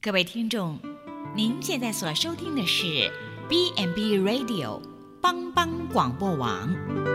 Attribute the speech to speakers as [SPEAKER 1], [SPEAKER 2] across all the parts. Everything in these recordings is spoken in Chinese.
[SPEAKER 1] 各位听众，您现在所收听的是 B&B Radio 帮帮广播网。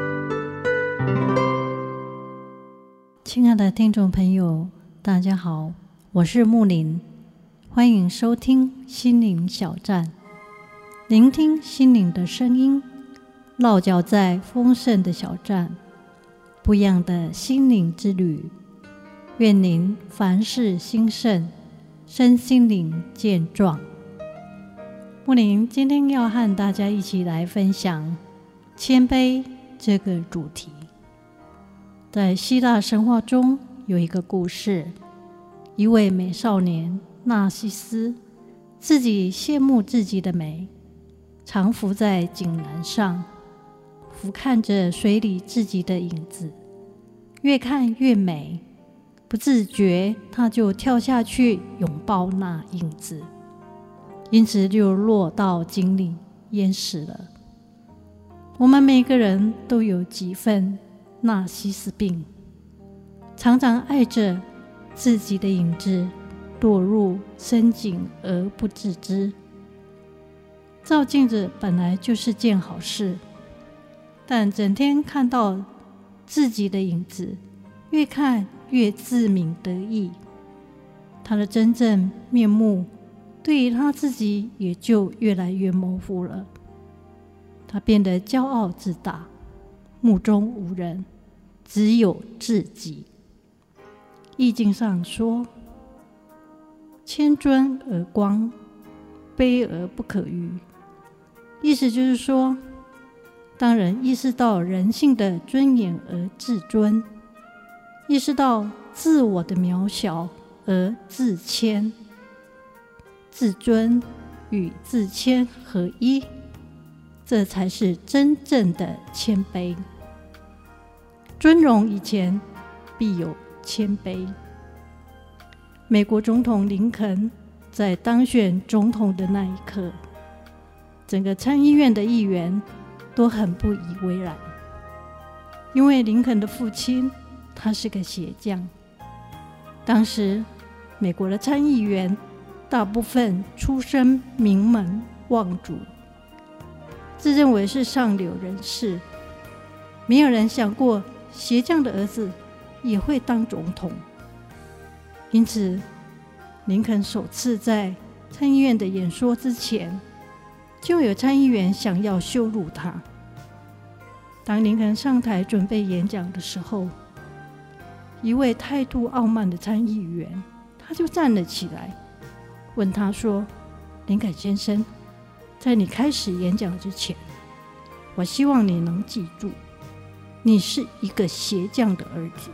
[SPEAKER 2] 亲爱的听众朋友，大家好，我是木林，欢迎收听心灵小站，聆听心灵的声音，落脚在丰盛的小站，不一样的心灵之旅。愿您凡事兴盛，身心灵健壮。木林今天要和大家一起来分享谦卑这个主题。在希腊神话中有一个故事，一位美少年纳西斯自己羡慕自己的美，常浮在井栏上，俯瞰着水里自己的影子，越看越美，不自觉他就跳下去拥抱那影子，因此就落到井里淹死了。我们每个人都有几分纳西斯病，常常爱着自己的影子落入深井而不自知。照镜子本来就是件好事，但整天看到自己的影子，越看越自鸣得意，他的真正面目对于他自己也就越来越模糊了。他变得骄傲自大，目中无人，只有自己。易经上说，谦尊而光，卑而不可逾。意思就是说，当人意识到人性的尊严而自尊，意识到自我的渺小而自谦，自尊与自谦合一，这才是真正的谦卑。尊荣以前必有谦卑。美国总统林肯在当选总统的那一刻，整个参议院的议员都很不以为然，因为林肯的父亲他是个鞋匠。当时美国的参议员大部分出身名门望族，自认为是上流人士，没有人想过鞋匠的儿子也会当总统。因此林肯首次在参议院的演说之前，就有参议员想要羞辱他。当林肯上台准备演讲的时候，一位态度傲慢的参议员他就站了起来，问他说，林肯先生，在你开始演讲之前，我希望你能记住，你是一个鞋匠的儿子。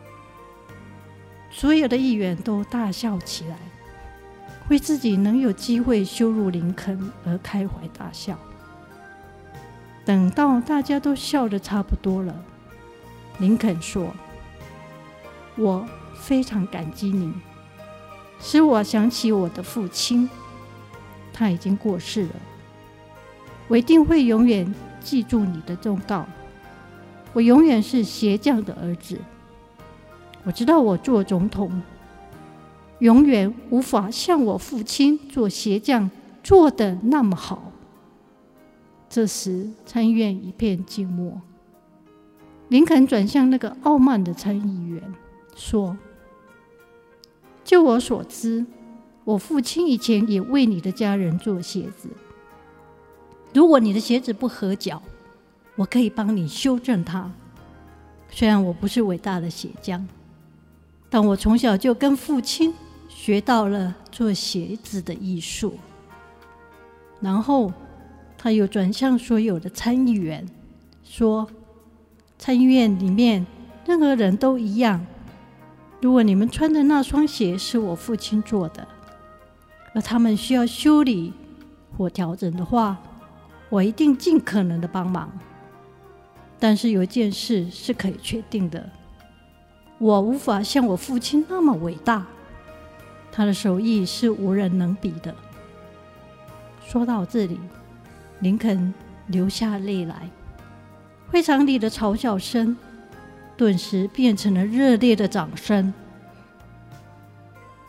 [SPEAKER 2] 所有的议员都大笑起来，为自己能有机会羞辱林肯而开怀大笑。等到大家都笑得差不多了，林肯说，我非常感激你，使我想起我的父亲，他已经过世了，我一定会永远记住你的忠告。我永远是鞋匠的儿子，我知道我做总统永远无法像我父亲做鞋匠做得那么好。这时参议院一片静默，林肯转向那个傲慢的参议员说，就我所知，我父亲以前也为你的家人做鞋子，如果你的鞋子不合脚，我可以帮你修正它。虽然我不是伟大的鞋匠，但我从小就跟父亲学到了做鞋子的艺术。然后他又转向所有的参议员说，参议院里面任何人都一样，如果你们穿的那双鞋是我父亲做的，而他们需要修理或调整的话，我一定尽可能的帮忙。但是有一件事是可以确定的，我无法像我父亲那么伟大，他的手艺是无人能比的。说到这里，林肯流下泪来，会场里的嘲笑声顿时变成了热烈的掌声。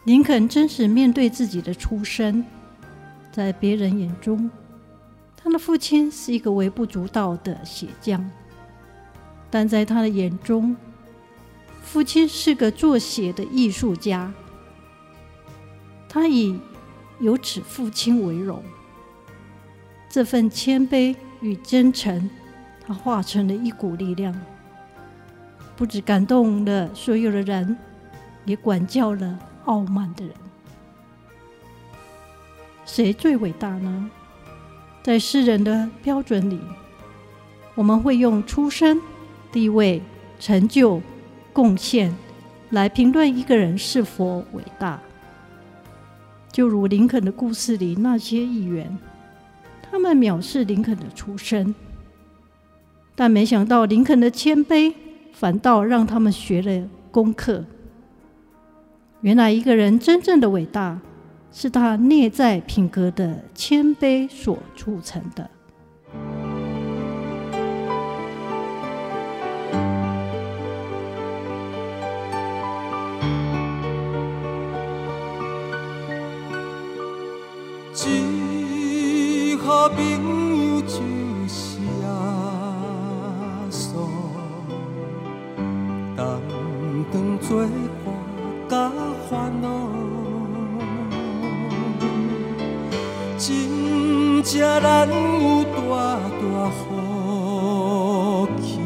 [SPEAKER 2] 林肯真实面对自己的出身，在别人眼中，他的父亲是一个微不足道的鞋匠，但在他的眼中，父亲是个做鞋的艺术家。他以有此父亲为荣，这份谦卑与真诚，他化成了一股力量，不只感动了所有的人，也管教了傲慢的人。谁最伟大呢？在世人的标准里，我们会用出身、地位、成就、贡献来评论一个人是否伟大。就如林肯的故事里那些议员，他们藐视林肯的出身，但没想到林肯的谦卑反倒让他们学了功课。原来一个人真正的伟大，是他内在品格的谦卑所促成的。
[SPEAKER 3] 一好朋友就是耶稣，同当作伴甲烦恼，真正咱有大大福气，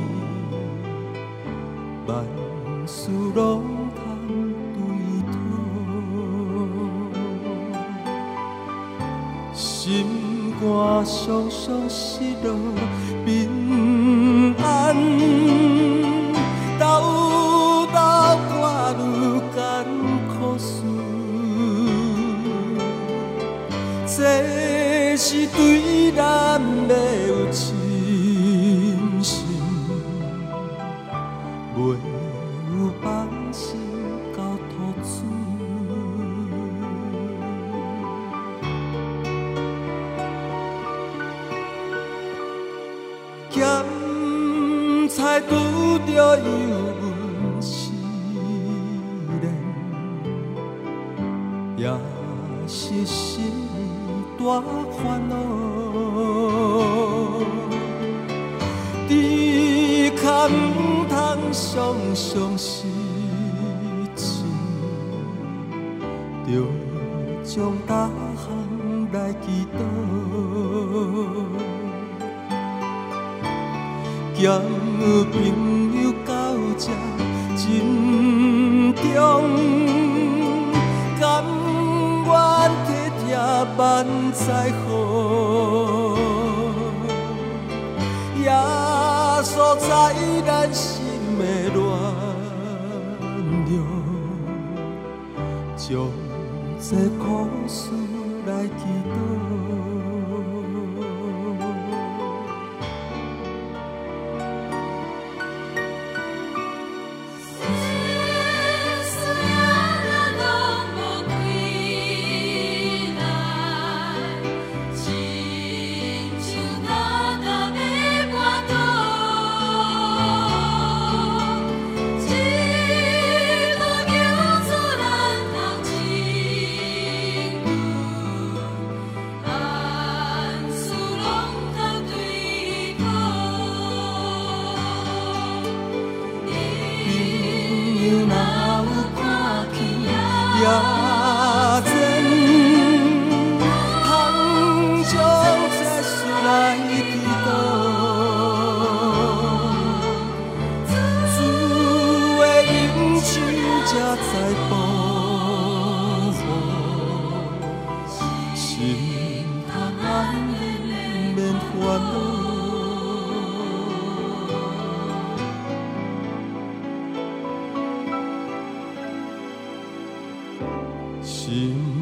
[SPEAKER 3] 万事拢通对讨。心肝常常失落平安，斗过愈艰苦事，这是对咱要有信心，袂有放心到吐水。咸菜拄着油温试炼，也是心大烦恼。只可唔通常常失志，着将大项来祈祷。咸朋友到这真重，甘愿体贴万载好，耶稣在咱心的暖流，将这苦事来祈祷。也真通将这事来祈祷，主的恩手才在保护，心通安免烦恼。心